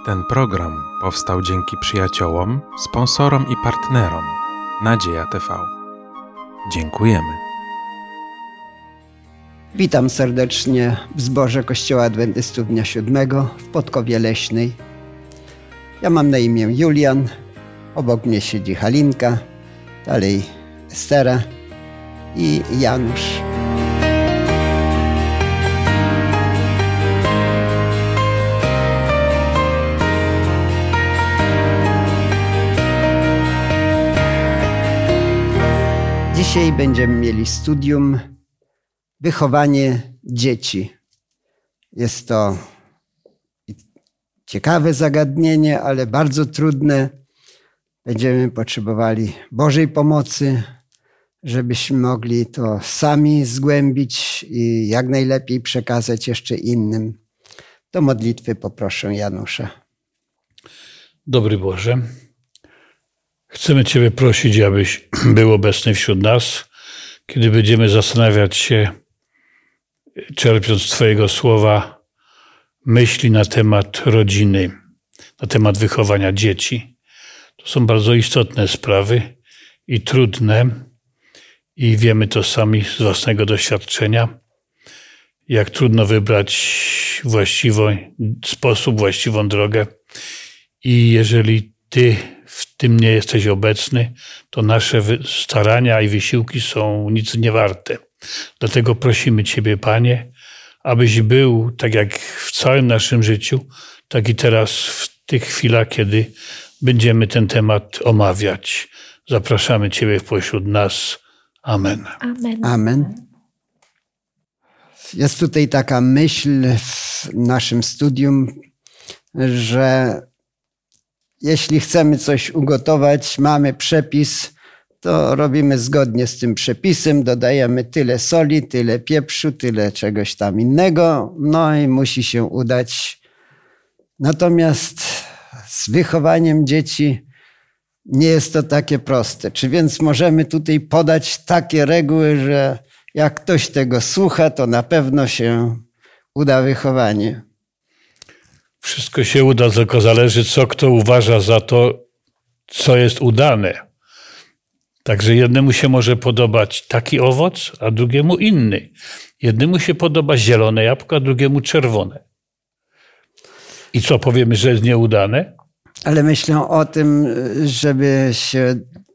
Ten program powstał dzięki przyjaciołom, sponsorom i partnerom Nadzieja TV. Dziękujemy. Witam serdecznie w zborze Kościoła Adwentystów Dnia Siódmego w Podkowie Leśnej. Ja mam na imię Julian, obok mnie siedzi Halinka, dalej Estera i Janusz. Dzisiaj będziemy mieli studium wychowanie dzieci. Jest to ciekawe zagadnienie, ale bardzo trudne. Będziemy potrzebowali Bożej pomocy, żebyśmy mogli to sami zgłębić i jak najlepiej przekazać jeszcze innym. Do modlitwy poproszę Janusza. Dobry Boże, chcemy Ciebie prosić, abyś był obecny wśród nas, kiedy będziemy zastanawiać się, czerpiąc z Twojego słowa, myśli na temat rodziny, na temat wychowania dzieci. To są bardzo istotne sprawy i trudne i wiemy to sami z własnego doświadczenia, jak trudno wybrać właściwy sposób, właściwą drogę i jeżeli Ty w tym nie jesteś obecny, to nasze starania i wysiłki są nic nie warte. Dlatego prosimy Ciebie, Panie, abyś był, tak jak w całym naszym życiu, tak i teraz w tych chwilach, kiedy będziemy ten temat omawiać. Zapraszamy Ciebie pośród nas. Amen. Amen. Amen. Jest tutaj taka myśl w naszym studium, że jeśli chcemy coś ugotować, mamy przepis, to robimy zgodnie z tym przepisem, dodajemy tyle soli, tyle pieprzu, tyle czegoś tam innego, no i musi się udać. Natomiast z wychowaniem dzieci nie jest to takie proste. Czy więc możemy tutaj podać takie reguły, że jak ktoś tego słucha, to na pewno się uda wychowanie? Wszystko się uda, tylko zależy, co kto uważa za to, co jest udane. Także jednemu się może podobać taki owoc, a drugiemu inny. Jednemu się podoba zielone jabłko, a drugiemu czerwone. I co, powiemy, że jest nieudane? Ale myślę o tym, żeby się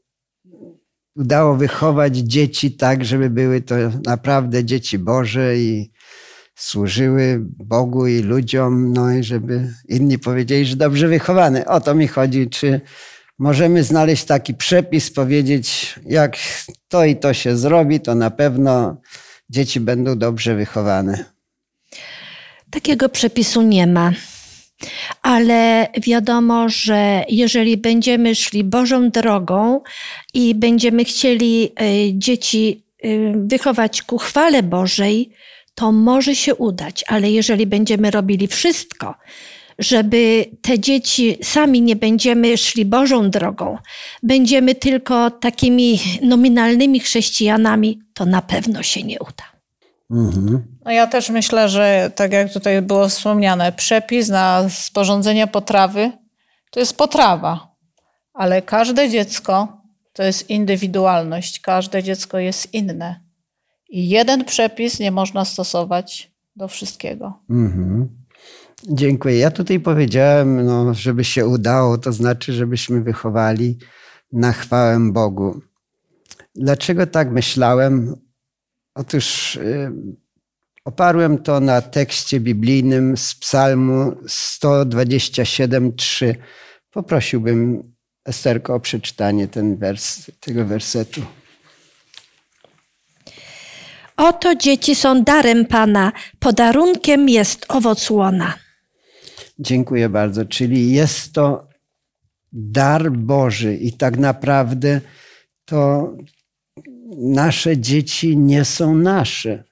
udało wychować dzieci tak, żeby były to naprawdę dzieci Boże i służyły Bogu i ludziom, no i żeby inni powiedzieli, że dobrze wychowane. O to mi chodzi, czy możemy znaleźć taki przepis, powiedzieć, jak to i to się zrobi, to na pewno dzieci będą dobrze wychowane. Takiego przepisu nie ma. Ale wiadomo, że jeżeli będziemy szli Bożą drogą i będziemy chcieli dzieci wychować ku chwale Bożej, to może się udać. Ale jeżeli będziemy robili wszystko, żeby te dzieci sami nie będziemy szli Bożą drogą, będziemy tylko takimi nominalnymi chrześcijanami, to na pewno się nie uda. No ja też myślę, że tak jak tutaj było wspomniane, przepis na sporządzenie potrawy to jest potrawa, ale każde dziecko to jest indywidualność, każde dziecko jest inne i jeden przepis nie można stosować do wszystkiego. Dziękuję. Ja tutaj powiedziałem, żeby się udało, to znaczy, żebyśmy wychowali na chwałę Bogu. Dlaczego tak myślałem? Otóż oparłem to na tekście biblijnym z Psalmu 127:3. Poprosiłbym Esterko o przeczytanie tego wersetu. Oto dzieci są darem Pana, podarunkiem jest owoc łona. Dziękuję bardzo. Czyli jest to dar Boży i tak naprawdę to nasze dzieci nie są nasze.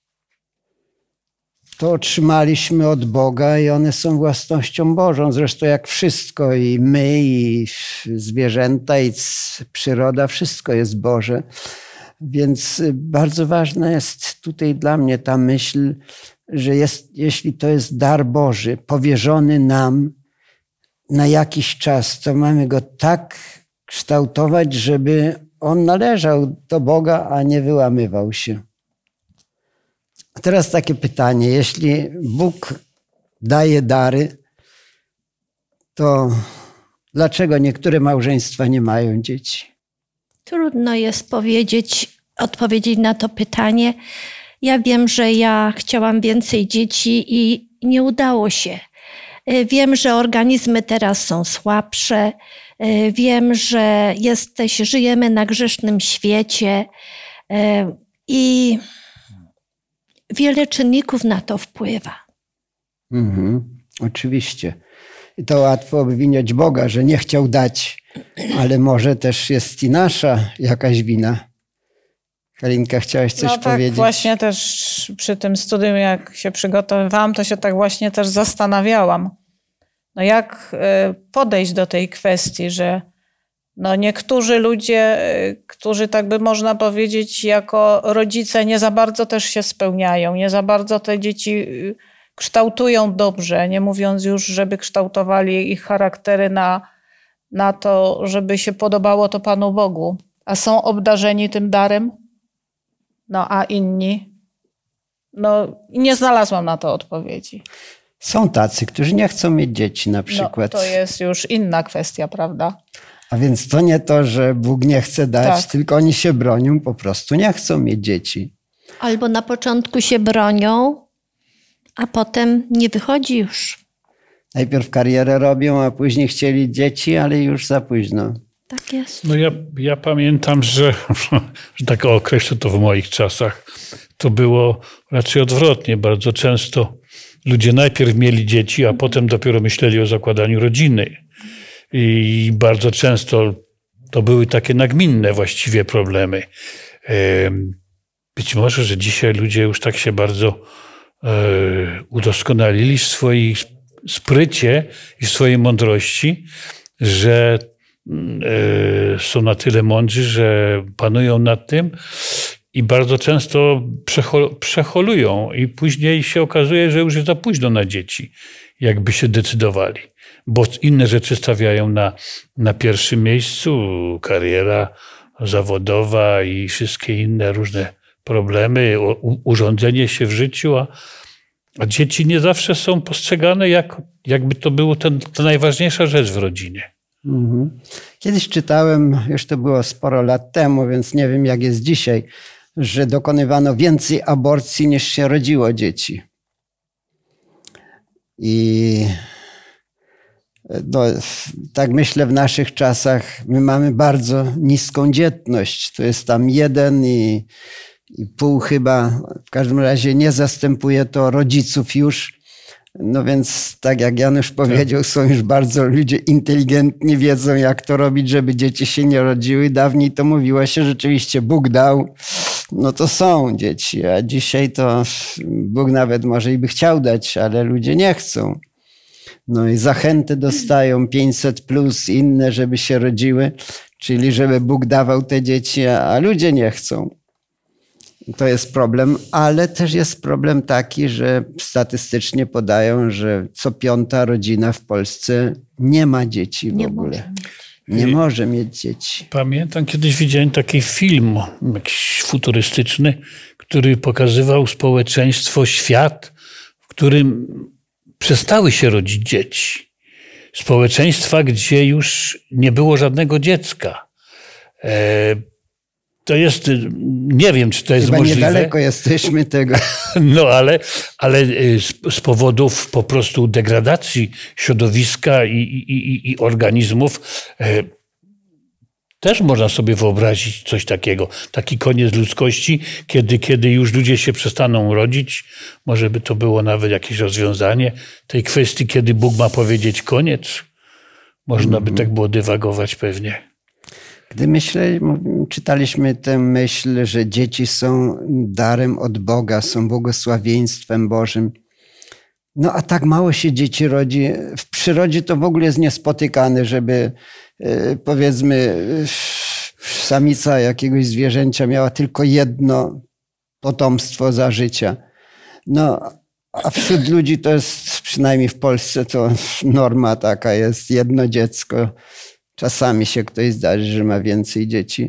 To otrzymaliśmy od Boga i one są własnością Bożą. Zresztą jak wszystko, i my, i zwierzęta, i przyroda, wszystko jest Boże. Więc bardzo ważna jest tutaj dla mnie ta myśl, że jeśli to jest dar Boży, powierzony nam, na jakiś czas, to mamy go tak kształtować, żeby on należał do Boga, a nie wyłamywał się. A teraz takie pytanie. Jeśli Bóg daje dary, to dlaczego niektóre małżeństwa nie mają dzieci? Trudno jest odpowiedzieć na to pytanie. Ja wiem, że ja chciałam więcej dzieci i nie udało się. Wiem, że organizmy teraz są słabsze. Wiem, że żyjemy na grzesznym świecie i wiele czynników na to wpływa. Oczywiście. I to łatwo obwiniać Boga, że nie chciał dać, ale może też jest i nasza jakaś wina. Halinka, chciałaś coś powiedzieć? Tak, właśnie też przy tym studium, jak się przygotowywałam, to się tak właśnie też zastanawiałam. No jak podejść do tej kwestii, że no niektórzy ludzie, którzy tak by można powiedzieć jako rodzice nie za bardzo też się spełniają, nie za bardzo te dzieci kształtują dobrze, nie mówiąc już, żeby kształtowali ich charaktery na to, żeby się podobało to Panu Bogu, a są obdarzeni tym darem, no a inni, no nie znalazłam na to odpowiedzi. Są tacy, którzy nie chcą mieć dzieci na przykład. No, to jest już inna kwestia, prawda? A więc to nie to, że Bóg nie chce dać, tylko oni się bronią, po prostu nie chcą mieć dzieci. Albo na początku się bronią, a potem nie wychodzi już. Najpierw karierę robią, a później chcieli dzieci, ale już za późno. Tak jest. No ja pamiętam, że tak określę to w moich czasach, to było raczej odwrotnie. Bardzo często ludzie najpierw mieli dzieci, a potem dopiero myśleli o zakładaniu rodziny. I bardzo często to były takie nagminne właściwie problemy. Być może, że dzisiaj ludzie już tak się bardzo udoskonalili w swojej sprycie i w swojej mądrości, że są na tyle mądrzy, że panują nad tym i bardzo często przeholują i później się okazuje, że już jest za późno na dzieci, jakby się decydowali. Bo inne rzeczy stawiają na pierwszym miejscu, kariera zawodowa i wszystkie inne różne problemy, urządzenie się w życiu, a dzieci nie zawsze są postrzegane jakby to było ta najważniejsza rzecz w rodzinie. Kiedyś czytałem, już to było sporo lat temu, więc nie wiem jak jest dzisiaj, że dokonywano więcej aborcji niż się rodziło dzieci. I no, tak myślę w naszych czasach my mamy bardzo niską dzietność. To jest tam 1,5 chyba. W każdym razie nie zastępuje to rodziców już. No więc tak jak Janusz powiedział, są już bardzo ludzie inteligentni, wiedzą jak to robić, żeby dzieci się nie rodziły. Dawniej to mówiło się rzeczywiście Bóg dał, no to są dzieci, a dzisiaj to Bóg nawet może i by chciał dać, ale ludzie nie chcą. No i zachęty dostają 500+, inne, żeby się rodziły, czyli żeby Bóg dawał te dzieci, a ludzie nie chcą. To jest problem, ale też jest problem taki, że statystycznie podają, że co 5. rodzina w Polsce nie ma dzieci w ogóle. Nie może mieć dzieci. Pamiętam, kiedyś widziałem taki film jakiś futurystyczny, który pokazywał społeczeństwo, świat, w którym przestały się rodzić dzieci. Społeczeństwa, gdzie już nie było żadnego dziecka. To jest, nie wiem, czy to jest Chyba możliwe. Niedaleko jesteśmy tego. No ale z powodów po prostu degradacji środowiska i organizmów też można sobie wyobrazić coś takiego. Taki koniec ludzkości, kiedy już ludzie się przestaną rodzić. Może by to było nawet jakieś rozwiązanie tej kwestii, kiedy Bóg ma powiedzieć koniec. Można by tak było dywagować pewnie. Gdy czytaliśmy tę myśl, że dzieci są darem od Boga, są błogosławieństwem Bożym. No a tak mało się dzieci rodzi. W przyrodzie to w ogóle jest niespotykane, żeby powiedzmy samica jakiegoś zwierzęcia miała tylko jedno potomstwo za życia. No a wśród ludzi to jest przynajmniej w Polsce to norma taka jest, jedno dziecko. Czasami się ktoś zdarzy, że ma więcej dzieci.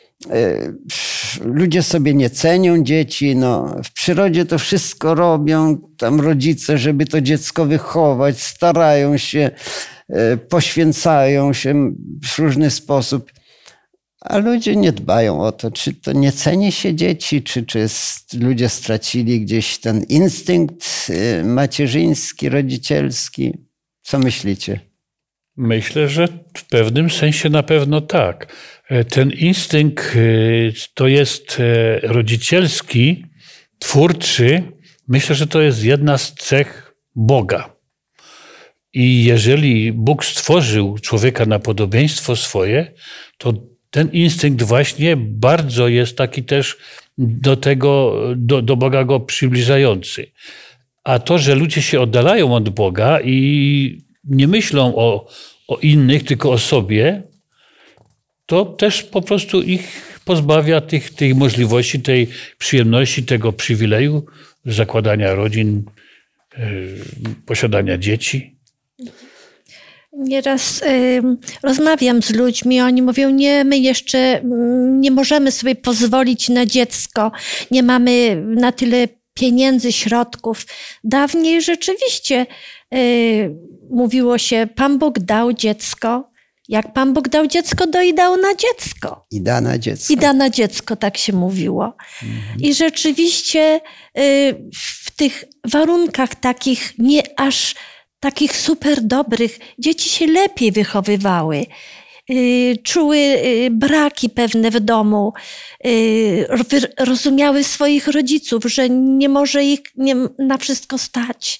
Ludzie sobie nie cenią dzieci. No, w przyrodzie to wszystko robią tam rodzice, żeby to dziecko wychować, starają się, poświęcają się w różny sposób. A ludzie nie dbają o to, czy to nie ceni się dzieci, czy ludzie stracili gdzieś ten instynkt macierzyński, rodzicielski. Co myślicie? Myślę, że w pewnym sensie na pewno tak. Ten instynkt to jest rodzicielski, twórczy. Myślę, że to jest jedna z cech Boga. I jeżeli Bóg stworzył człowieka na podobieństwo swoje, to ten instynkt właśnie bardzo jest taki też do Boga go przybliżający. A to, że ludzie się oddalają od Boga i nie myślą o innych, tylko o sobie, to też po prostu ich pozbawia tych możliwości, tej przyjemności, tego przywileju zakładania rodzin, posiadania dzieci. Nieraz rozmawiam z ludźmi, oni mówią, nie, my jeszcze nie możemy sobie pozwolić na dziecko, nie mamy na tyle pieniędzy, środków. Dawniej rzeczywiście mówiło się, Pan Bóg dał dziecko. Jak Pan Bóg dał dziecko, to i dał na dziecko. I da na dziecko. I da na dziecko, tak się mówiło. I rzeczywiście w tych warunkach takich nie aż takich super dobrych, dzieci się lepiej wychowywały. Czuły braki pewne w domu, rozumiały swoich rodziców, że nie może ich na wszystko stać.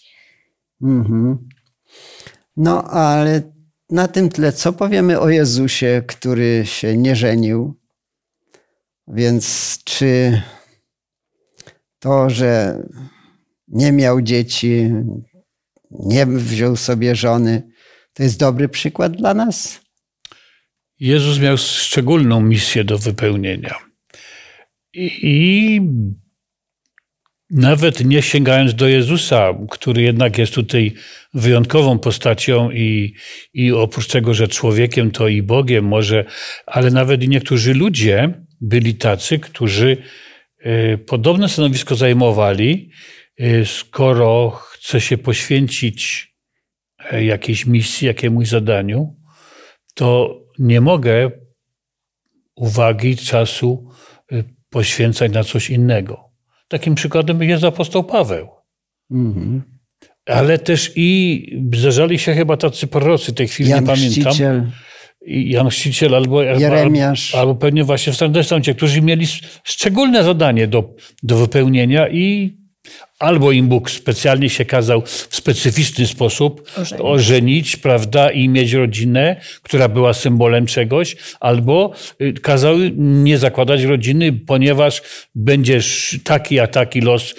No ale na tym tle, co powiemy o Jezusie, który się nie żenił? Więc czy to, że nie miał dzieci, nie wziął sobie żony, to jest dobry przykład dla nas? Jezus miał szczególną misję do wypełnienia. I nawet nie sięgając do Jezusa, który jednak jest tutaj wyjątkową postacią i oprócz tego, że człowiekiem, to i Bogiem może, ale nawet i niektórzy ludzie byli tacy, którzy podobne stanowisko zajmowali, skoro chce się poświęcić jakiejś misji, jakiemuś zadaniu, to nie mogę uwagi, czasu poświęcać na coś innego. Takim przykładem jest apostoł Paweł. Ale też i zdarzali się chyba tacy prorocy, tej chwili Jan nie pamiętam. Chrzciciel. Jan Chrzciciel Jeremiasz. albo pewnie właśnie w Starym Testamencie, którzy mieli szczególne zadanie do wypełnienia i albo im Bóg specjalnie się kazał w specyficzny sposób ożenić, prawda, i mieć rodzinę, która była symbolem czegoś, albo kazał nie zakładać rodziny, ponieważ będziesz taki, a taki los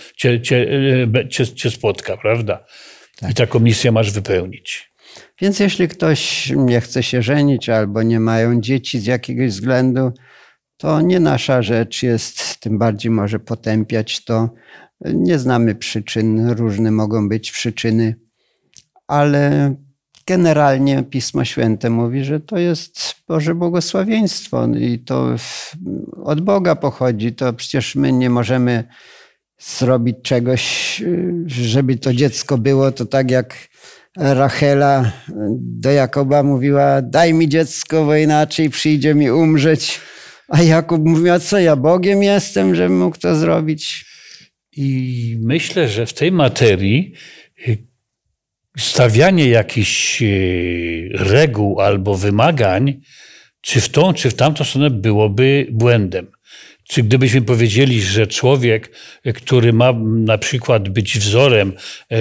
cię spotka, prawda? Tak. I taką misję masz wypełnić. Więc jeśli ktoś nie chce się żenić albo nie mają dzieci z jakiegoś względu, to nie nasza rzecz jest, tym bardziej może potępiać to. Nie znamy przyczyn, różne mogą być przyczyny, ale generalnie Pismo Święte mówi, że to jest Boże błogosławieństwo i to od Boga pochodzi. To przecież my nie możemy zrobić czegoś, żeby to dziecko było. To tak jak Rachela do Jakoba mówiła, daj mi dziecko, bo inaczej przyjdzie mi umrzeć. A Jakub mówił, a co ja Bogiem jestem, żebym mógł to zrobić? I myślę, że w tej materii stawianie jakichś reguł albo wymagań, czy w tą, czy w tamtą stronę byłoby błędem. Czy gdybyśmy powiedzieli, że człowiek, który ma na przykład być wzorem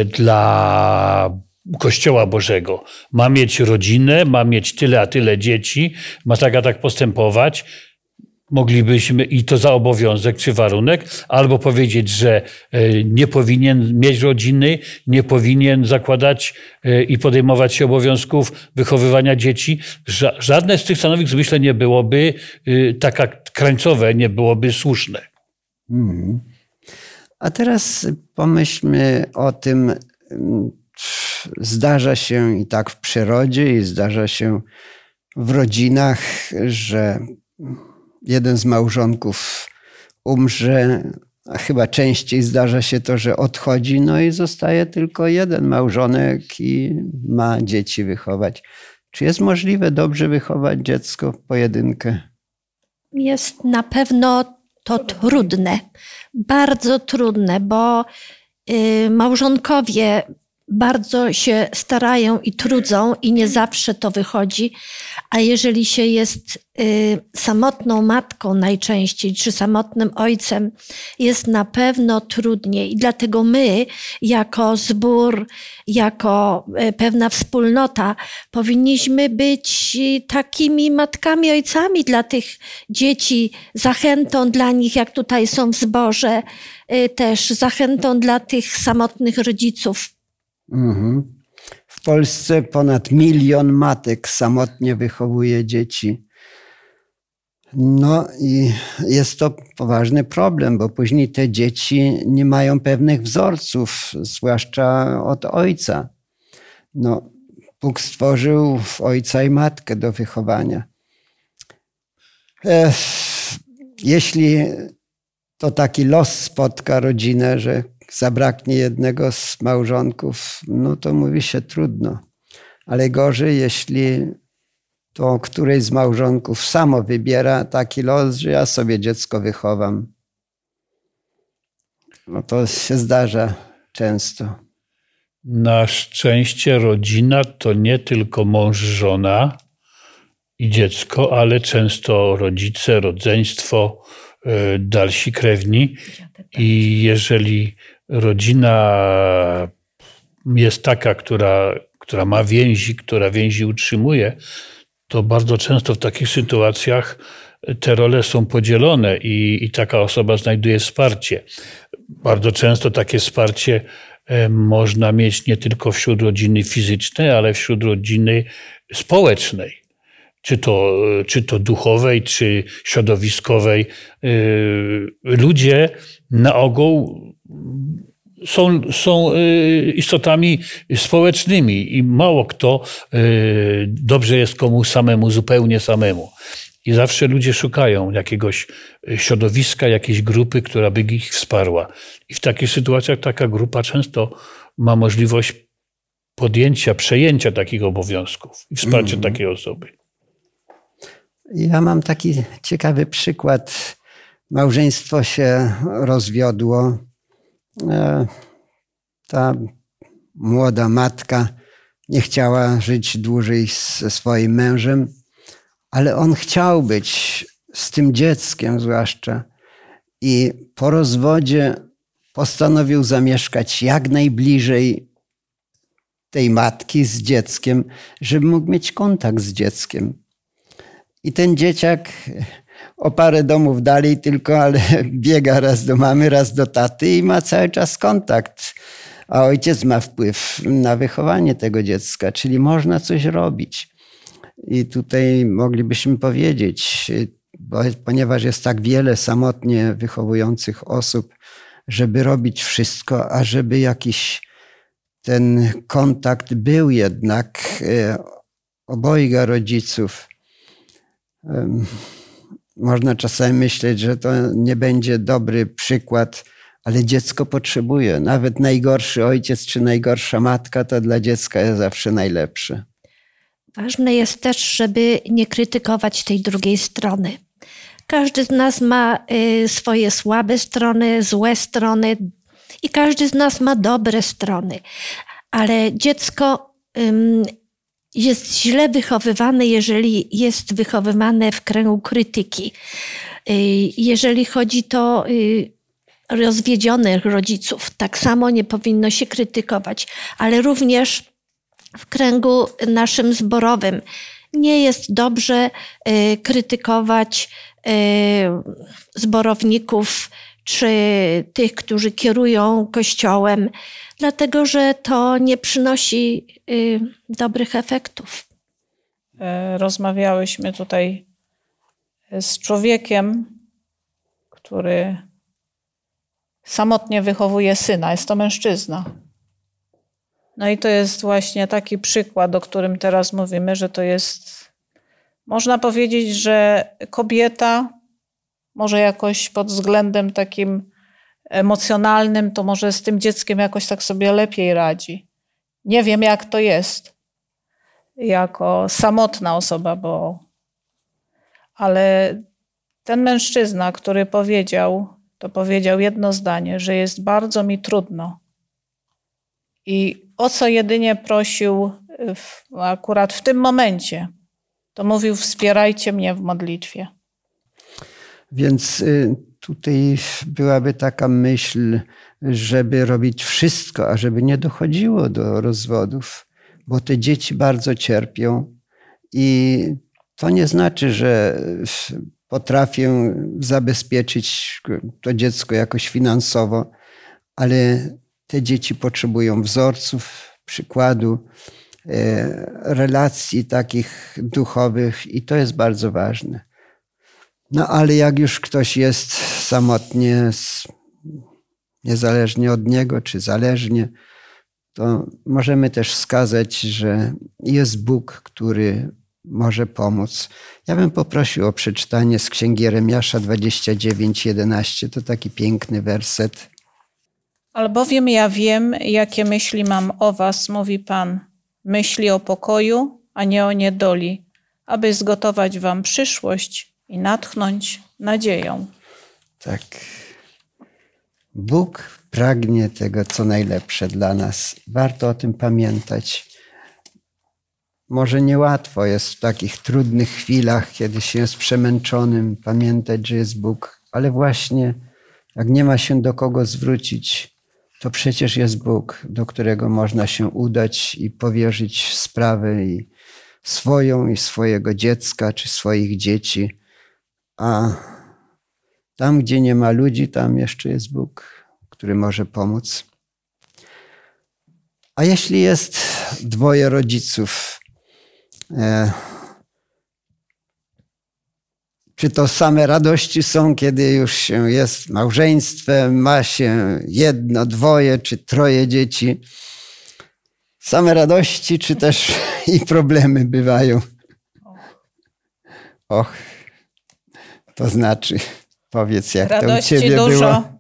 dla Kościoła Bożego, ma mieć rodzinę, ma mieć tyle a tyle dzieci, ma tak a tak postępować, moglibyśmy, i to za obowiązek czy warunek, albo powiedzieć, że nie powinien mieć rodziny, nie powinien zakładać i podejmować się obowiązków wychowywania dzieci. Żadne z tych stanowisk, myślę, nie byłoby taka krańcowe, nie byłoby słuszne. A teraz pomyślmy o tym, zdarza się i tak w przyrodzie, i zdarza się w rodzinach, że jeden z małżonków umrze, a chyba częściej zdarza się to, że odchodzi, no i zostaje tylko jeden małżonek i ma dzieci wychować. Czy jest możliwe dobrze wychować dziecko w pojedynkę? Jest na pewno to trudne, bardzo trudne, bo małżonkowie bardzo się starają i trudzą i nie zawsze to wychodzi, a jeżeli się jest samotną matką najczęściej, czy samotnym ojcem, jest na pewno trudniej. I dlatego my, jako zbór, jako pewna wspólnota, powinniśmy być takimi matkami, ojcami dla tych dzieci, zachętą dla nich, jak tutaj są w zborze, też zachętą dla tych samotnych rodziców. W Polsce ponad 1 milion matek samotnie wychowuje dzieci. No i jest to poważny problem, bo później te dzieci nie mają pewnych wzorców, zwłaszcza od ojca. No, Bóg stworzył ojca i matkę do wychowania. Jeśli to taki los spotka rodzinę, że zabraknie jednego z małżonków, no to mówi się trudno. Ale gorzej, jeśli to któryś z małżonków samo wybiera taki los, że ja sobie dziecko wychowam. No to się zdarza często. Na szczęście rodzina to nie tylko mąż, żona i dziecko, ale często rodzice, rodzeństwo, dalsi krewni. I jeżeli rodzina jest taka, która ma więzi, która więzi utrzymuje, to bardzo często w takich sytuacjach te role są podzielone i taka osoba znajduje wsparcie. Bardzo często takie wsparcie można mieć nie tylko wśród rodziny fizycznej, ale wśród rodziny społecznej. Czy to duchowej, czy środowiskowej. Ludzie na ogół są istotami społecznymi i mało kto dobrze jest komu samemu, zupełnie samemu. I zawsze ludzie szukają jakiegoś środowiska, jakiejś grupy, która by ich wsparła. I w takich sytuacjach taka grupa często ma możliwość przejęcia takich obowiązków i wsparcia takiej osoby. Ja mam taki ciekawy przykład. Małżeństwo się rozwiodło. Ta młoda matka nie chciała żyć dłużej ze swoim mężem, ale on chciał być z tym dzieckiem zwłaszcza. I po rozwodzie postanowił zamieszkać jak najbliżej tej matki z dzieckiem, żeby mógł mieć kontakt z dzieckiem. I ten dzieciak o parę domów dalej tylko, ale biega raz do mamy, raz do taty i ma cały czas kontakt. A ojciec ma wpływ na wychowanie tego dziecka, czyli można coś robić. I tutaj moglibyśmy powiedzieć, ponieważ jest tak wiele samotnie wychowujących osób, żeby robić wszystko, a żeby jakiś ten kontakt był jednak obojga rodziców. Można czasami myśleć, że to nie będzie dobry przykład, ale dziecko potrzebuje. Nawet najgorszy ojciec czy najgorsza matka to dla dziecka jest zawsze najlepsze. Ważne jest też, żeby nie krytykować tej drugiej strony. Każdy z nas ma swoje słabe strony, złe strony i każdy z nas ma dobre strony. Ale dziecko jest źle wychowywane, jeżeli jest wychowywane w kręgu krytyki. Jeżeli chodzi to rozwiedzionych rodziców, tak samo nie powinno się krytykować, ale również w kręgu naszym zborowym nie jest dobrze krytykować zborowników czy tych, którzy kierują Kościołem, dlatego że to nie przynosi dobrych efektów. Rozmawiałyśmy tutaj z człowiekiem, który samotnie wychowuje syna. Jest to mężczyzna. No i to jest właśnie taki przykład, o którym teraz mówimy, że to jest, można powiedzieć, że kobieta może jakoś pod względem takim emocjonalnym, to może z tym dzieckiem jakoś tak sobie lepiej radzi. Nie wiem, jak to jest jako samotna osoba, ale ten mężczyzna, który powiedział jedno zdanie, że jest bardzo mi trudno. I o co jedynie prosił akurat w tym momencie, to mówił: wspierajcie mnie w modlitwie. Więc tutaj byłaby taka myśl, żeby robić wszystko, ażeby nie dochodziło do rozwodów, bo te dzieci bardzo cierpią i to nie znaczy, że potrafię zabezpieczyć to dziecko jakoś finansowo, ale te dzieci potrzebują wzorców, przykładu, relacji takich duchowych i to jest bardzo ważne. No ale jak już ktoś jest samotnie, niezależnie od niego, czy zależnie, to możemy też wskazać, że jest Bóg, który może pomóc. Ja bym poprosił o przeczytanie z Księgi Jeremiasza 29:11. To taki piękny werset. Albowiem ja wiem, jakie myśli mam o was, mówi Pan. Myśli o pokoju, a nie o niedoli, aby zgotować wam przyszłość i natchnąć nadzieją. Tak. Bóg pragnie tego, co najlepsze dla nas. Warto o tym pamiętać. Może niełatwo jest w takich trudnych chwilach, kiedy się jest przemęczonym, pamiętać, że jest Bóg, ale właśnie jak nie ma się do kogo zwrócić, to przecież jest Bóg, do którego można się udać i powierzyć sprawę i swoją, i swojego dziecka, czy swoich dzieci. A tam, gdzie nie ma ludzi, tam jeszcze jest Bóg, który może pomóc. A jeśli jest dwoje rodziców, czy to same radości są, kiedy już się jest małżeństwem, ma się jedno, dwoje czy troje dzieci? Same radości, czy też i problemy bywają? Och, to znaczy, powiedz, jak radości to u ciebie dużo, było?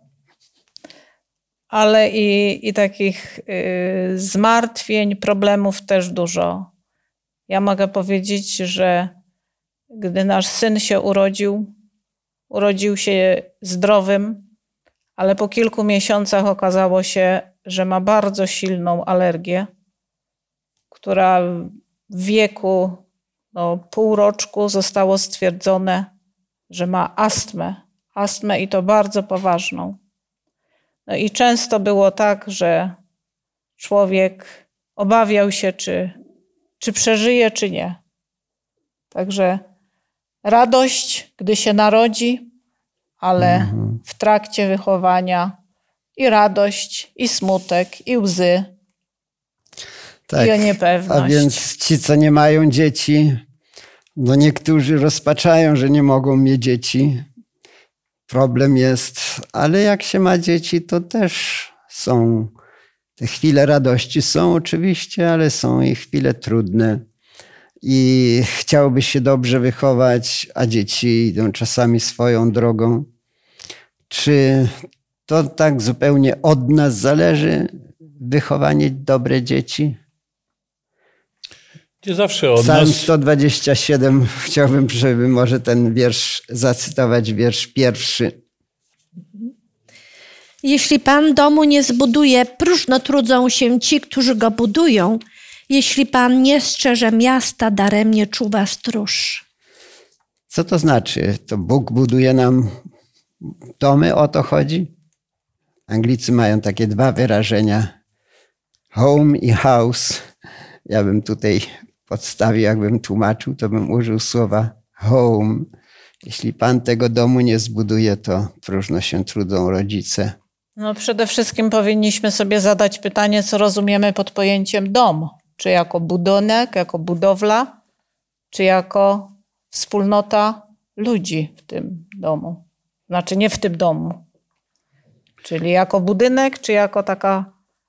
Ale i takich zmartwień, problemów też dużo. Ja mogę powiedzieć, że gdy nasz syn się urodził się zdrowym, ale po kilku miesiącach okazało się, że ma bardzo silną alergię, która w wieku półroczku zostało stwierdzone, że ma astmę i to bardzo poważną. No i często było tak, że człowiek obawiał się, czy przeżyje, czy nie. Także radość, gdy się narodzi, ale w trakcie wychowania i radość, i smutek, i łzy, Tak, i niepewność. a więc ci, co nie mają dzieci, no niektórzy rozpaczają, że nie mogą mieć dzieci. Problem jest, ale jak się ma dzieci, to też są te chwile radości. Są oczywiście, ale są i chwile trudne. I chciałoby się dobrze wychować, a dzieci idą czasami swoją drogą. Czy to tak zupełnie od nas zależy, wychowanie dobre dzieci? Nie zawsze od Psalm nas. 127, chciałbym, żeby może ten wiersz zacytować, wiersz 1. Jeśli Pan domu nie zbuduje, próżno trudzą się ci, którzy go budują. Jeśli Pan nie strzeże miasta, daremnie czuwa stróż. Co to znaczy? To Bóg buduje nam domy? O to chodzi? Anglicy mają takie dwa wyrażenia. Home i house. Ja bym tutaj podstawił, jakbym tłumaczył, to bym użył słowa home. Jeśli Pan tego domu nie zbuduje, to próżno się trudzą rodzice. No przede wszystkim powinniśmy sobie zadać pytanie, co rozumiemy pod pojęciem dom. Czy jako budynek, jako budowla, czy jako wspólnota ludzi w tym domu. Znaczy nie w tym domu. Czyli jako budynek, czy jako taka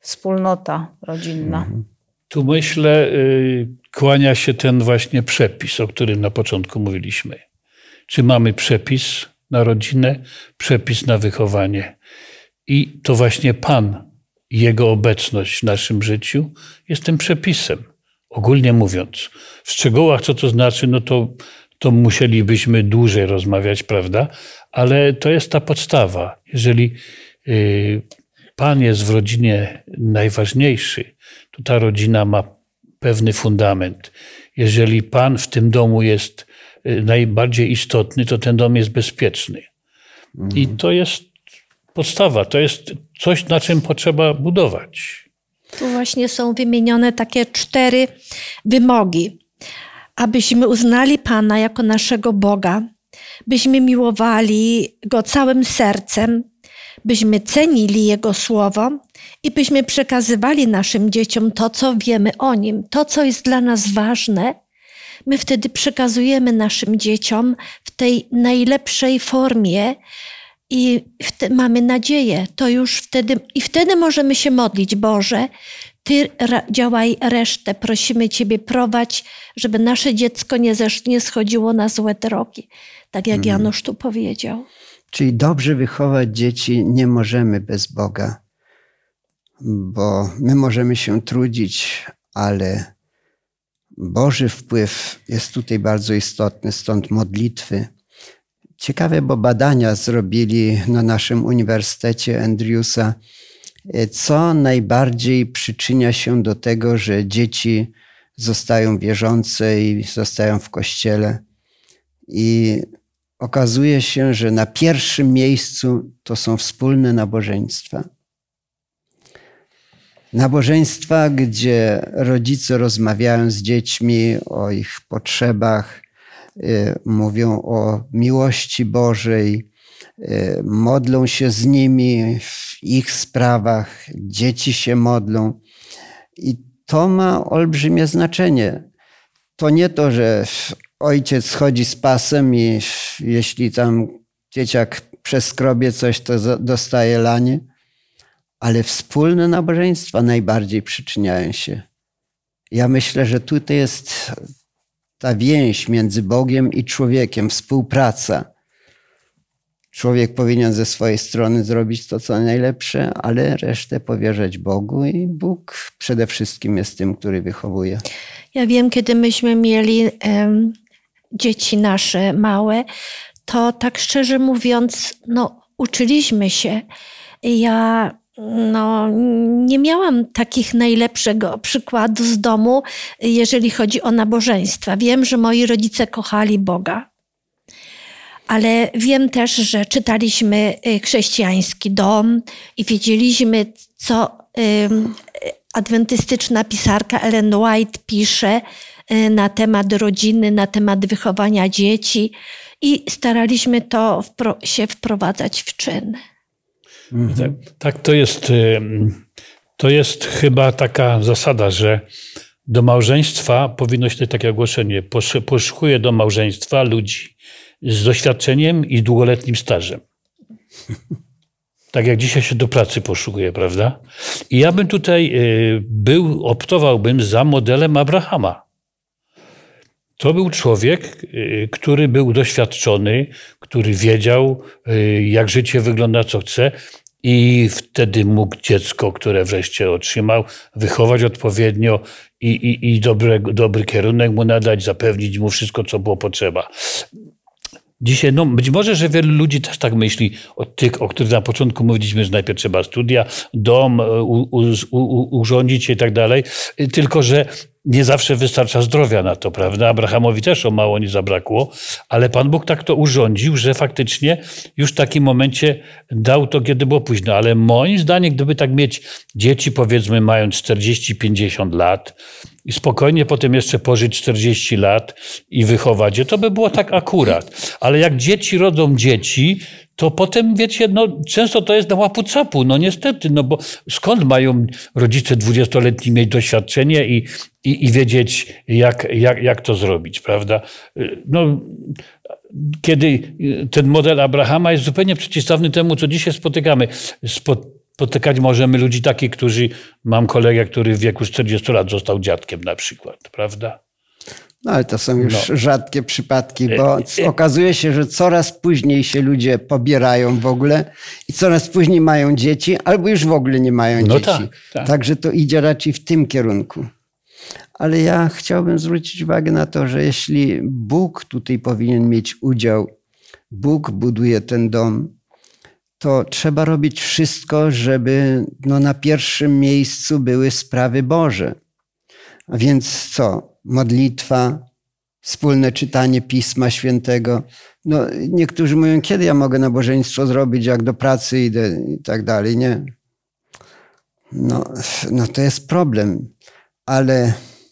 wspólnota rodzinna. Tu myślę, kłania się ten właśnie przepis, o którym na początku mówiliśmy. Czy mamy przepis na rodzinę, przepis na wychowanie. I to właśnie Pan, Jego obecność w naszym życiu jest tym przepisem. Ogólnie mówiąc, w szczegółach co to znaczy, no to musielibyśmy dłużej rozmawiać, prawda? Ale to jest ta podstawa. Jeżeli Pan jest w rodzinie najważniejszy, to ta rodzina ma pewny fundament. Jeżeli Pan w tym domu jest najbardziej istotny, to ten dom jest bezpieczny. I to jest podstawa, to jest coś, na czym potrzeba budować. Tu właśnie są wymienione takie 4 wymogi. Abyśmy uznali Pana jako naszego Boga, byśmy miłowali Go całym sercem, byśmy cenili Jego Słowo i byśmy przekazywali naszym dzieciom to, co wiemy o Nim, to, co jest dla nas ważne. My wtedy przekazujemy naszym dzieciom w tej najlepszej formie i mamy nadzieję. To już wtedy możemy się modlić: Boże, Ty działaj resztę, prosimy Ciebie, prowadź, żeby nasze dziecko nie schodziło na złe drogi, tak jak Janusz tu powiedział. Czyli dobrze wychować dzieci nie możemy bez Boga, bo my możemy się trudzić, ale Boży wpływ jest tutaj bardzo istotny, stąd modlitwy. Ciekawe, bo badania zrobili na naszym Uniwersytecie Andrewsa, co najbardziej przyczynia się do tego, że dzieci zostają wierzące i zostają w kościele. I okazuje się, że na pierwszym miejscu to są wspólne nabożeństwa. Nabożeństwa, gdzie rodzice rozmawiają z dziećmi o ich potrzebach, mówią o miłości Bożej, modlą się z nimi w ich sprawach, dzieci się modlą. I to ma olbrzymie znaczenie. To nie to, że ojciec chodzi z pasem i jeśli tam dzieciak przeskrobie coś, to dostaje lanie, ale wspólne nabożeństwa najbardziej przyczyniają się. Ja myślę, że tutaj jest ta więź między Bogiem i człowiekiem, współpraca. Człowiek powinien ze swojej strony zrobić to, co najlepsze, ale resztę powierzać Bogu i Bóg przede wszystkim jest tym, który wychowuje. Ja wiem, kiedy myśmy mieli dzieci nasze małe, to tak szczerze mówiąc, uczyliśmy się. Ja nie miałam takich najlepszego przykładu z domu, jeżeli chodzi o nabożeństwa. Wiem, że moi rodzice kochali Boga, ale wiem też, że czytaliśmy chrześcijański dom i wiedzieliśmy, co adwentystyczna pisarka Ellen White pisze na temat rodziny, na temat wychowania dzieci i staraliśmy to się wprowadzać w czyn. Tak, to jest chyba taka zasada, że do małżeństwa powinno się takie ogłoszenie. Poszukuję do małżeństwa ludzi z doświadczeniem i długoletnim stażem. Tak jak dzisiaj się do pracy poszukuje, prawda? I ja bym tutaj optowałbym za modelem Abrahama. To był człowiek, który był doświadczony, który wiedział, jak życie wygląda, co chce i wtedy mógł dziecko, które wreszcie otrzymał, wychować odpowiednio i dobry kierunek mu nadać, zapewnić mu wszystko, co było potrzeba. Dzisiaj, być może, że wielu ludzi też tak myśli, o których na początku mówiliśmy, że najpierw trzeba studia, dom urządzić i tak dalej, tylko że nie zawsze wystarcza zdrowia na to, prawda? Abrahamowi też o mało nie zabrakło, ale Pan Bóg tak to urządził, że faktycznie już w takim momencie dał to, kiedy było późno. Ale moim zdaniem, gdyby tak mieć dzieci, powiedzmy, mając 40-50 lat i spokojnie potem jeszcze pożyć 40 lat i wychować je, to by było tak akurat. Ale jak dzieci rodzą dzieci, to potem, wiecie, często to jest na łapu-capu, niestety, bo skąd mają rodzice 20-letni mieć doświadczenie i wiedzieć, jak to zrobić, prawda? Kiedy ten model Abrahama jest zupełnie przeciwstawny temu, co dzisiaj spotykamy. spotykać możemy ludzi takich, mam kolegę, który w wieku 40 lat został dziadkiem na przykład, prawda? No ale to są już rzadkie przypadki, bo okazuje się, że coraz później się ludzie pobierają w ogóle i coraz później mają dzieci, albo już w ogóle nie mają dzieci. Tak. Także to idzie raczej w tym kierunku. Ale ja chciałbym zwrócić uwagę na to, że jeśli Bóg tutaj powinien mieć udział, Bóg buduje ten dom, to trzeba robić wszystko, żeby na pierwszym miejscu były sprawy Boże. A więc co? Modlitwa, wspólne czytanie Pisma Świętego. Niektórzy mówią, kiedy ja mogę nabożeństwo zrobić, jak do pracy idę i tak dalej. Nie. To jest problem. Ale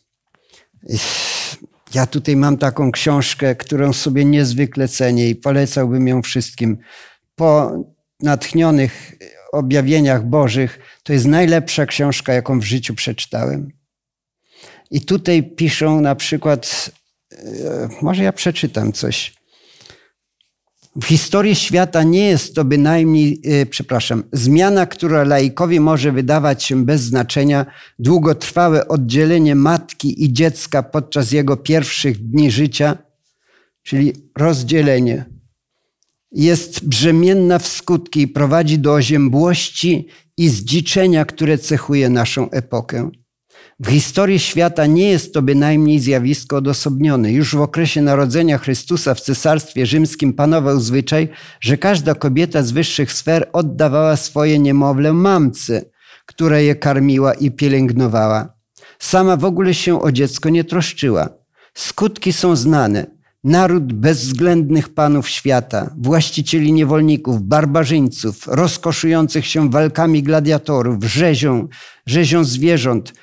ja tutaj mam taką książkę, którą sobie niezwykle cenię i polecałbym ją wszystkim. Po natchnionych objawieniach Bożych to jest najlepsza książka, jaką w życiu przeczytałem. I tutaj piszą na przykład, może ja przeczytam coś. W historii świata nie jest to bynajmniej, zmiana, która laikowi może wydawać się bez znaczenia, długotrwałe oddzielenie matki i dziecka podczas jego pierwszych dni życia, czyli rozdzielenie, jest brzemienna w skutki i prowadzi do oziębłości i zdziczenia, które cechuje naszą epokę. W historii świata nie jest to bynajmniej zjawisko odosobnione. Już w okresie narodzenia Chrystusa w Cesarstwie Rzymskim panował zwyczaj, że każda kobieta z wyższych sfer oddawała swoje niemowlę mamce, która je karmiła i pielęgnowała. Sama w ogóle się o dziecko nie troszczyła. Skutki są znane. Naród bezwzględnych panów świata, właścicieli niewolników, barbarzyńców, rozkoszujących się walkami gladiatorów, rzezią zwierząt.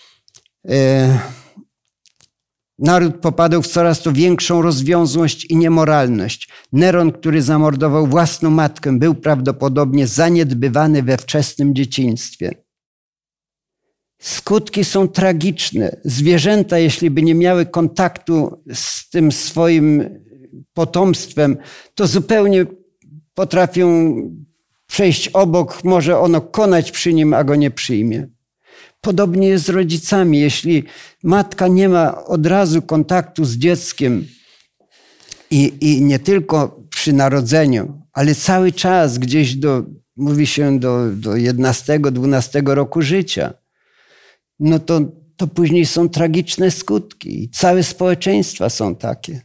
Naród popadał w coraz to większą rozwiązłość i niemoralność. Neron, który zamordował własną matkę, był prawdopodobnie zaniedbywany we wczesnym dzieciństwie. Skutki są tragiczne. Zwierzęta, jeśli by nie miały kontaktu z tym swoim potomstwem, to zupełnie potrafią przejść obok, może ono konać przy nim, a go nie przyjmie. Podobnie jest z rodzicami. Jeśli matka nie ma od razu kontaktu z dzieckiem i nie tylko przy narodzeniu, ale cały czas gdzieś mówi się do 11-12 roku życia, to później są tragiczne skutki i całe społeczeństwa są takie.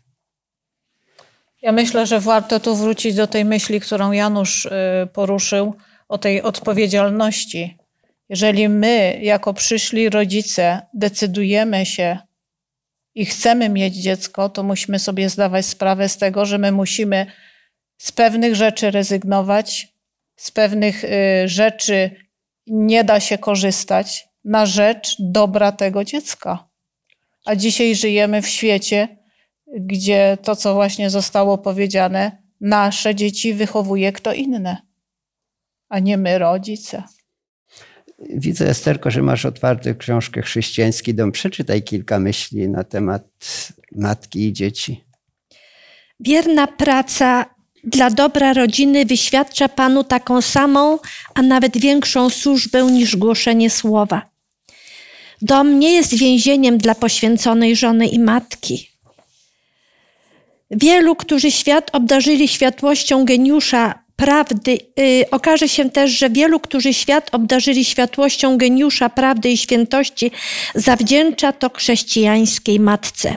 Ja myślę, że warto tu wrócić do tej myśli, którą Janusz poruszył, o tej odpowiedzialności. Jeżeli my, jako przyszli rodzice, decydujemy się i chcemy mieć dziecko, to musimy sobie zdawać sprawę z tego, że my musimy z pewnych rzeczy rezygnować, z pewnych rzeczy nie da się korzystać na rzecz dobra tego dziecka. A dzisiaj żyjemy w świecie, gdzie to, co właśnie zostało powiedziane, nasze dzieci wychowuje kto inny, a nie my, rodzice. Widzę, Esterko, że masz otwartą książkę Chrześcijański Dom. Przeczytaj kilka myśli na temat matki i dzieci. Wierna praca dla dobra rodziny wyświadcza Panu taką samą, a nawet większą służbę niż głoszenie słowa. Dom nie jest więzieniem dla poświęconej żony i matki. Wielu, którzy świat obdarzyli światłością geniusza prawdy, okaże się też, że wielu, którzy świat obdarzyli światłością geniusza prawdy i świętości, zawdzięcza to chrześcijańskiej matce.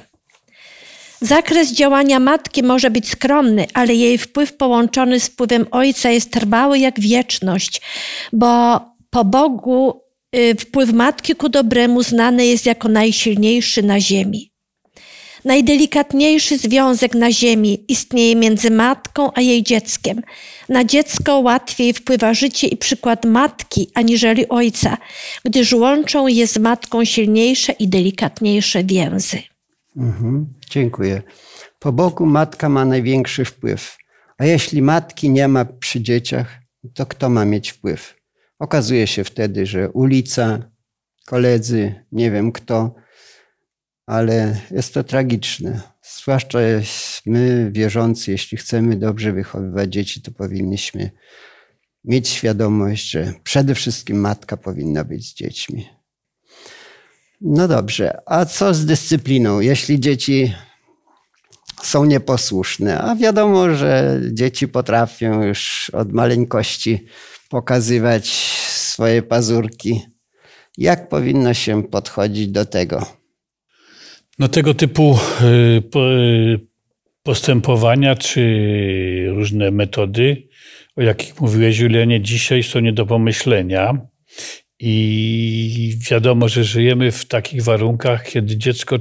Zakres działania matki może być skromny, ale jej wpływ połączony z wpływem ojca jest trwały jak wieczność, bo po Bogu wpływ matki ku dobremu znany jest jako najsilniejszy na ziemi. Najdelikatniejszy związek na ziemi istnieje między matką a jej dzieckiem. Na dziecko łatwiej wpływa życie i przykład matki aniżeli ojca, gdyż łączą je z matką silniejsze i delikatniejsze więzy. Dziękuję. Po Bogu matka ma największy wpływ. A jeśli matki nie ma przy dzieciach, to kto ma mieć wpływ? Okazuje się wtedy, że ulica, koledzy, nie wiem kto, ale jest to tragiczne. Zwłaszcza my, wierzący, jeśli chcemy dobrze wychowywać dzieci, to powinniśmy mieć świadomość, że przede wszystkim matka powinna być z dziećmi. No dobrze, a co z dyscypliną? Jeśli dzieci są nieposłuszne, a wiadomo, że dzieci potrafią już od maleńkości pokazywać swoje pazurki. Jak powinno się podchodzić do tego? No tego typu postępowania czy różne metody, o jakich mówiłeś, Julianie, dzisiaj są nie do pomyślenia. I wiadomo, że żyjemy w takich warunkach, kiedy dziecko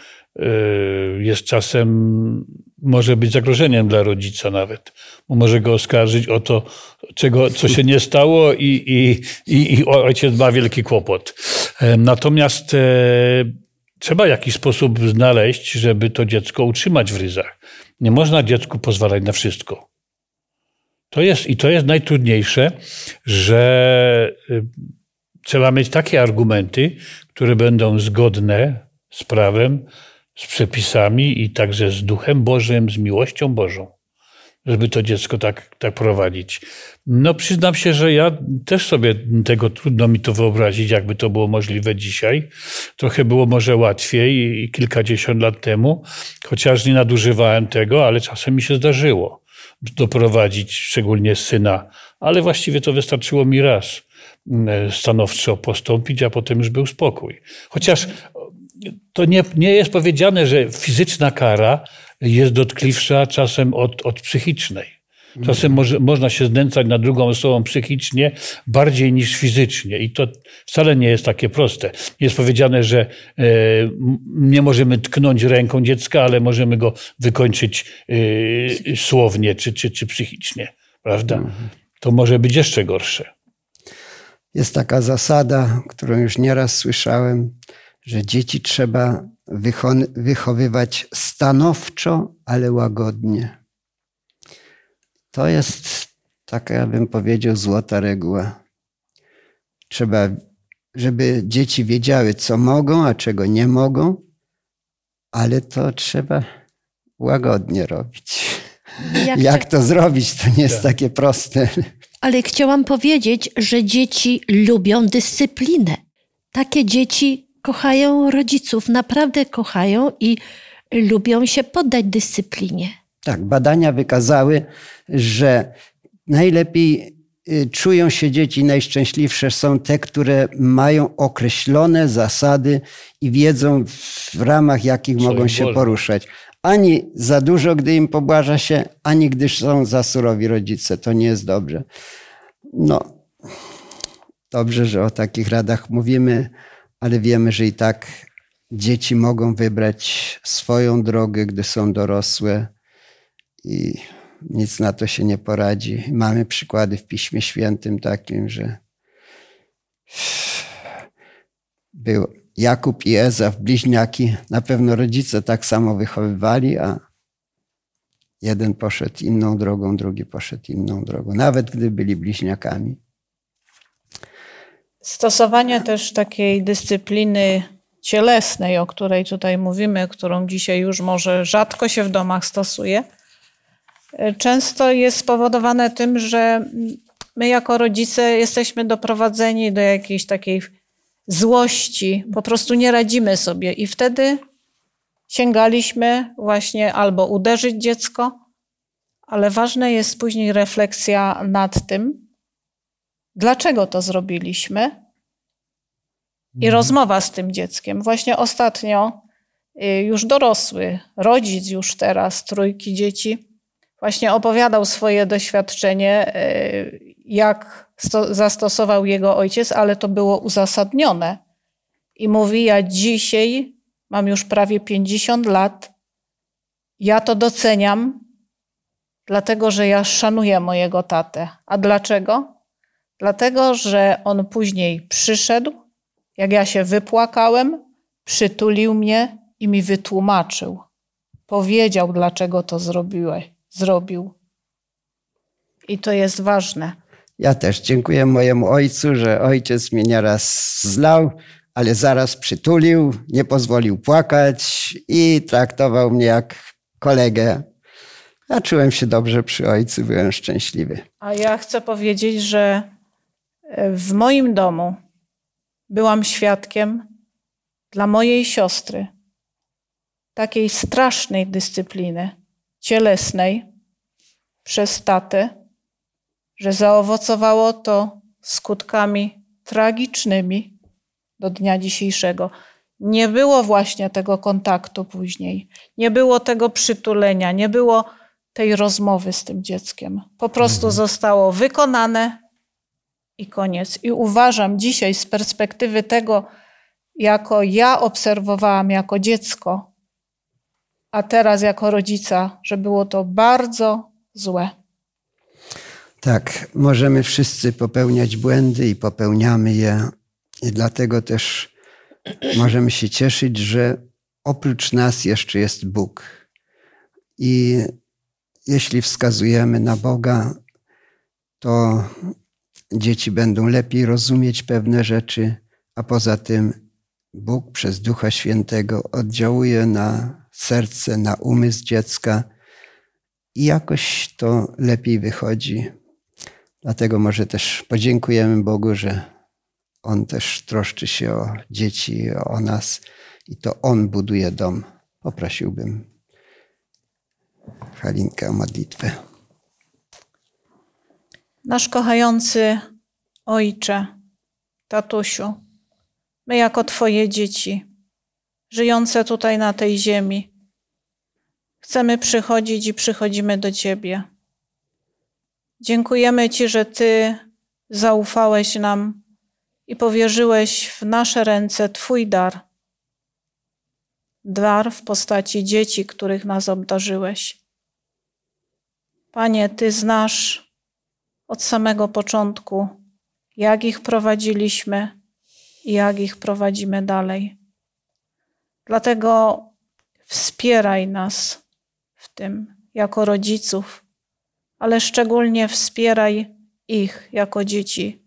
jest czasem, może być zagrożeniem dla rodzica nawet. Bo może go oskarżyć o to, co się nie stało i ojciec ma wielki kłopot. Natomiast trzeba w jakiś sposób znaleźć, żeby to dziecko utrzymać w ryzach. Nie można dziecku pozwalać na wszystko. To jest najtrudniejsze, że trzeba mieć takie argumenty, które będą zgodne z prawem, z przepisami i także z Duchem Bożym, z miłością Bożą, żeby to dziecko tak prowadzić. No przyznam się, że ja też sobie trudno mi to wyobrazić, jakby to było możliwe dzisiaj. Trochę było może łatwiej i kilkadziesiąt lat temu, chociaż nie nadużywałem tego, ale czasem mi się zdarzyło doprowadzić, szczególnie syna, ale właściwie to wystarczyło mi raz stanowczo postąpić, a potem już był spokój. Chociaż to nie jest powiedziane, że fizyczna kara jest dotkliwsza czasem od psychicznej. Czasem można się znęcać nad drugą osobą psychicznie bardziej niż fizycznie i to wcale nie jest takie proste. Jest powiedziane, że nie możemy tknąć ręką dziecka, ale możemy go wykończyć słownie czy psychicznie, prawda? To może być jeszcze gorsze. Jest taka zasada, którą już nieraz słyszałem, że dzieci trzeba wychowywać stanowczo, ale łagodnie. To jest taka, ja bym powiedział, złota reguła. Trzeba, żeby dzieci wiedziały, co mogą, a czego nie mogą, ale to trzeba łagodnie robić. Jak to zrobić, to nie jest takie proste. Ale chciałam powiedzieć, że dzieci lubią dyscyplinę. Takie dzieci kochają rodziców, naprawdę kochają i lubią się poddać dyscyplinie. Tak, badania wykazały, że najlepiej czują się dzieci, najszczęśliwsze są te, które mają określone zasady i wiedzą w ramach jakich mogą się poruszać. Ani za dużo, gdy im pobłaża się, ani gdy są za surowi rodzice. To nie jest dobrze. No, dobrze, że o takich radach mówimy, ale wiemy, że i tak dzieci mogą wybrać swoją drogę, gdy są dorosłe i nic na to się nie poradzi. Mamy przykłady w Piśmie Świętym takim, że był Jakub i Ezaw, bliźniaki. Na pewno rodzice tak samo wychowywali, a jeden poszedł inną drogą, drugi poszedł inną drogą, nawet gdy byli bliźniakami. Stosowanie też takiej dyscypliny cielesnej, o której tutaj mówimy, którą dzisiaj już może rzadko się w domach stosuje, często jest spowodowane tym, że my jako rodzice jesteśmy doprowadzeni do jakiejś takiej złości, po prostu nie radzimy sobie i wtedy sięgaliśmy właśnie albo uderzyć dziecko, ale ważna jest później refleksja nad tym, dlaczego to zrobiliśmy i rozmowa z tym dzieckiem. Właśnie ostatnio już dorosły rodzic, już teraz 3 dzieci, właśnie opowiadał swoje doświadczenie, jak zastosował jego ojciec, ale to było uzasadnione. I mówi, ja dzisiaj mam już prawie 50 lat, ja to doceniam, dlatego że ja szanuję mojego tatę. A dlaczego? Dlatego, że on później przyszedł, jak ja się wypłakałem, przytulił mnie i mi wytłumaczył. Powiedział, dlaczego to zrobił. I to jest ważne. Ja też dziękuję mojemu ojcu, że ojciec mnie nieraz zlał, ale zaraz przytulił, nie pozwolił płakać i traktował mnie jak kolegę. Ja czułem się dobrze przy ojcu, byłem szczęśliwy. A ja chcę powiedzieć, że w moim domu byłam świadkiem dla mojej siostry takiej strasznej dyscypliny cielesnej przez tatę, że zaowocowało to skutkami tragicznymi do dnia dzisiejszego. Nie było właśnie tego kontaktu później, nie było tego przytulenia, nie było tej rozmowy z tym dzieckiem. Po prostu zostało wykonane i koniec. I uważam dzisiaj z perspektywy tego, jako ja obserwowałam jako dziecko, a teraz jako rodzica, że było to bardzo złe. Tak, możemy wszyscy popełniać błędy i popełniamy je. I dlatego też możemy się cieszyć, że oprócz nas jeszcze jest Bóg. I jeśli wskazujemy na Boga, to dzieci będą lepiej rozumieć pewne rzeczy, a poza tym Bóg przez Ducha Świętego oddziałuje na serce, na umysł dziecka i jakoś to lepiej wychodzi. Dlatego może też podziękujemy Bogu, że On też troszczy się o dzieci, o nas i to On buduje dom. Poprosiłbym Halinkę o modlitwę. Nasz kochający Ojcze, tatusiu, my jako Twoje dzieci, żyjące tutaj na tej ziemi, chcemy przychodzić i przychodzimy do Ciebie. Dziękujemy Ci, że Ty zaufałeś nam i powierzyłeś w nasze ręce Twój dar. Dar w postaci dzieci, których nas obdarzyłeś. Panie, Ty znasz od samego początku, jak ich prowadziliśmy i jak ich prowadzimy dalej. Dlatego wspieraj nas w tym jako rodziców, ale szczególnie wspieraj ich jako dzieci.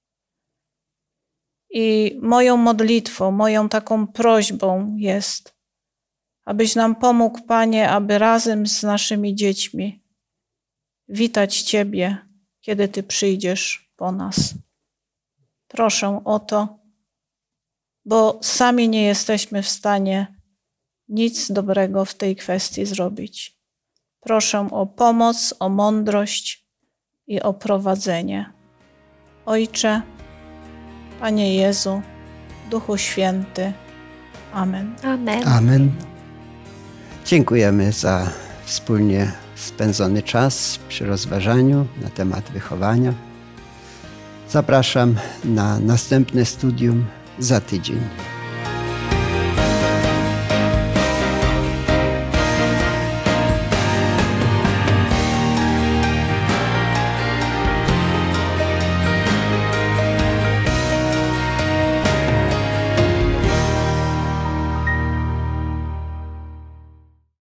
I moją modlitwą, moją taką prośbą jest, abyś nam pomógł, Panie, aby razem z naszymi dziećmi witać Ciebie, kiedy Ty przyjdziesz po nas. Proszę o to, bo sami nie jesteśmy w stanie nic dobrego w tej kwestii zrobić. Proszę o pomoc, o mądrość i o prowadzenie. Ojcze, Panie Jezu, Duchu Święty. Amen. Amen. Amen. Dziękujemy za wspólnie spędzony czas przy rozważaniu na temat wychowania. Zapraszam na następne studium za tydzień.